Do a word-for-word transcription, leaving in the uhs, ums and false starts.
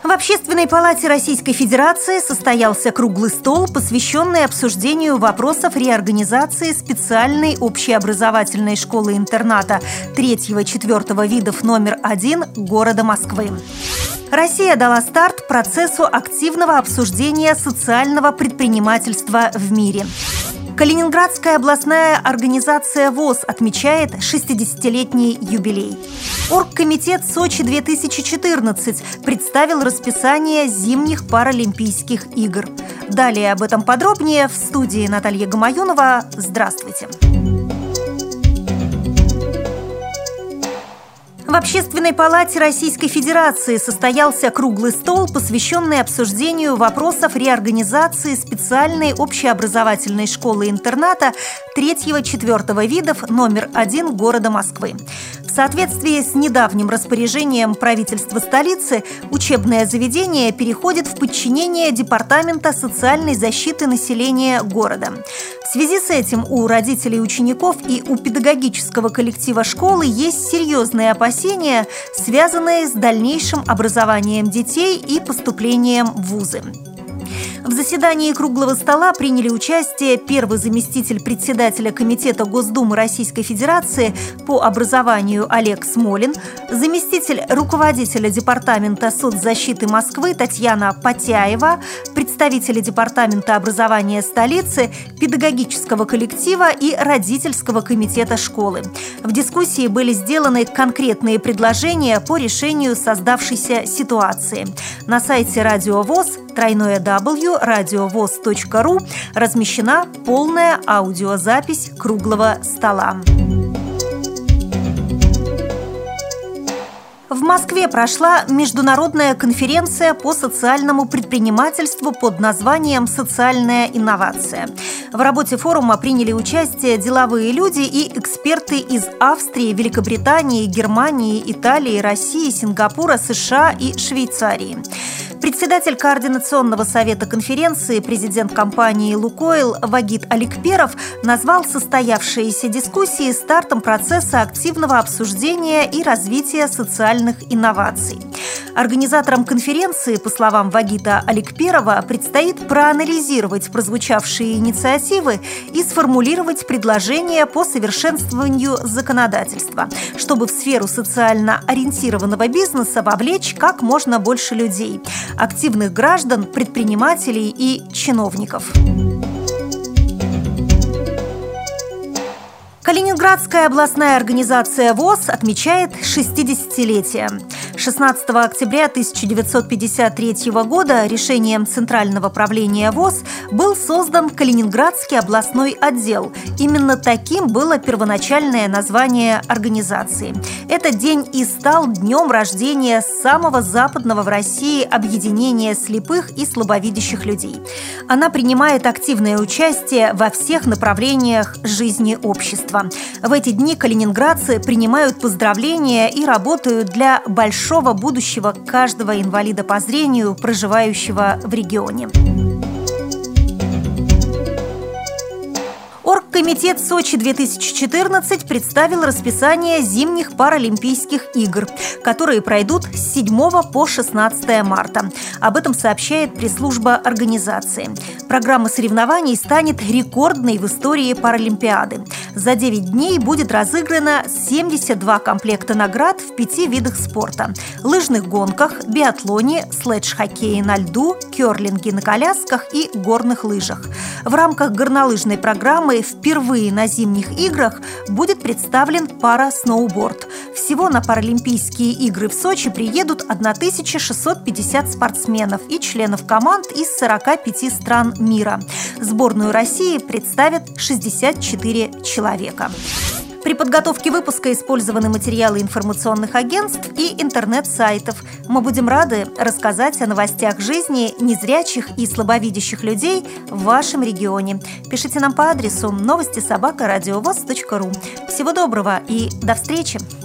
В Общественной палате Российской Федерации состоялся круглый стол, посвященный обсуждению вопросов реорганизации специальной общеобразовательной школы-интерната третьего-четвертого видов номер один города Москвы. Россия дала старт процессу активного обсуждения социального предпринимательства в мире. Калининградская областная организация ВОС отмечает шестидесятилетний юбилей. Оргкомитет Сочи-две тысячи четырнадцать представил расписание зимних Паралимпийских игр. Далее об этом подробнее в студии Наталья Гамаюнова. Здравствуйте! В Общественной палате Российской Федерации состоялся круглый стол, посвященный обсуждению вопросов реорганизации специальной общеобразовательной школы-интерната третьего-четвертого видов номер один города Москвы. В соответствии с недавним распоряжением правительства столицы, учебное заведение переходит в подчинение Департамента социальной защиты населения города. В связи с этим у родителей учеников и у педагогического коллектива школы есть серьезные опасения, связанные с дальнейшим образованием детей и поступлением в вузы. В заседании круглого стола приняли участие первый заместитель председателя Комитета Госдумы Российской Федерации по образованию Олег Смолин, заместитель руководителя Департамента соцзащиты Москвы Татьяна Потяева, представители Департамента образования столицы, педагогического коллектива и родительского комитета школы. В дискуссии были сделаны конкретные предложения по решению создавшейся ситуации. На сайте Радио ВОС тройное дабл-ю радиовос точка ру размещена полная аудиозапись круглого стола. В Москве прошла международная конференция по социальному предпринимательству под названием «Социальная инновация». В работе форума приняли участие деловые люди и эксперты из Австрии, Великобритании, Германии, Италии, России, Сингапура, США и Швейцарии. Председатель Координационного совета конференции, президент компании «Лукойл» Вагит Аликперов назвал состоявшиеся дискуссии стартом процесса активного обсуждения и развития социальных инноваций. Организаторам конференции, по словам Вагита Аликперова, предстоит проанализировать прозвучавшие инициативы и сформулировать предложения по совершенствованию законодательства, чтобы в сферу социально ориентированного бизнеса вовлечь как можно больше людей – активных граждан, предпринимателей и чиновников. Калининградская областная организация ВОС отмечает шестидесятилетие. шестнадцатого октября тысяча девятьсот пятьдесят третьего года решением Центрального правления ВОС был создан Калининградский областной отдел. Именно таким было первоначальное название организации. Этот день и стал днем рождения самого западного в России объединения слепых и слабовидящих людей. Она принимает активное участие во всех направлениях жизни общества. В эти дни калининградцы принимают поздравления и работают для большого будущего каждого инвалида по зрению, проживающего в регионе. Оргкомитет Сочи-две тысячи четырнадцать представил расписание зимних Паралимпийских игр, которые пройдут с седьмого по шестнадцатое марта. Об этом сообщает пресс-служба организации. Программа соревнований станет рекордной в истории Паралимпиады. За девять дней будет разыграно семьдесят два комплекта наград в пяти видах спорта – лыжных гонках, биатлоне, следж-хоккее на льду, керлинге на колясках и горных лыжах. В рамках горнолыжной программы впервые на зимних играх будет представлен пара-сноуборд. Всего на Паралимпийские игры в Сочи приедут тысяча шестьсот пятьдесят спортсменов и членов команд из сорока пяти стран мира. Сборную России представят шестьдесят четыре человека. При подготовке выпуска использованы материалы информационных агентств и интернет-сайтов. Мы будем рады рассказать о новостях жизни незрячих и слабовидящих людей в вашем регионе. Пишите нам по адресу новости собака радиовос точка ру. Всего доброго и до встречи!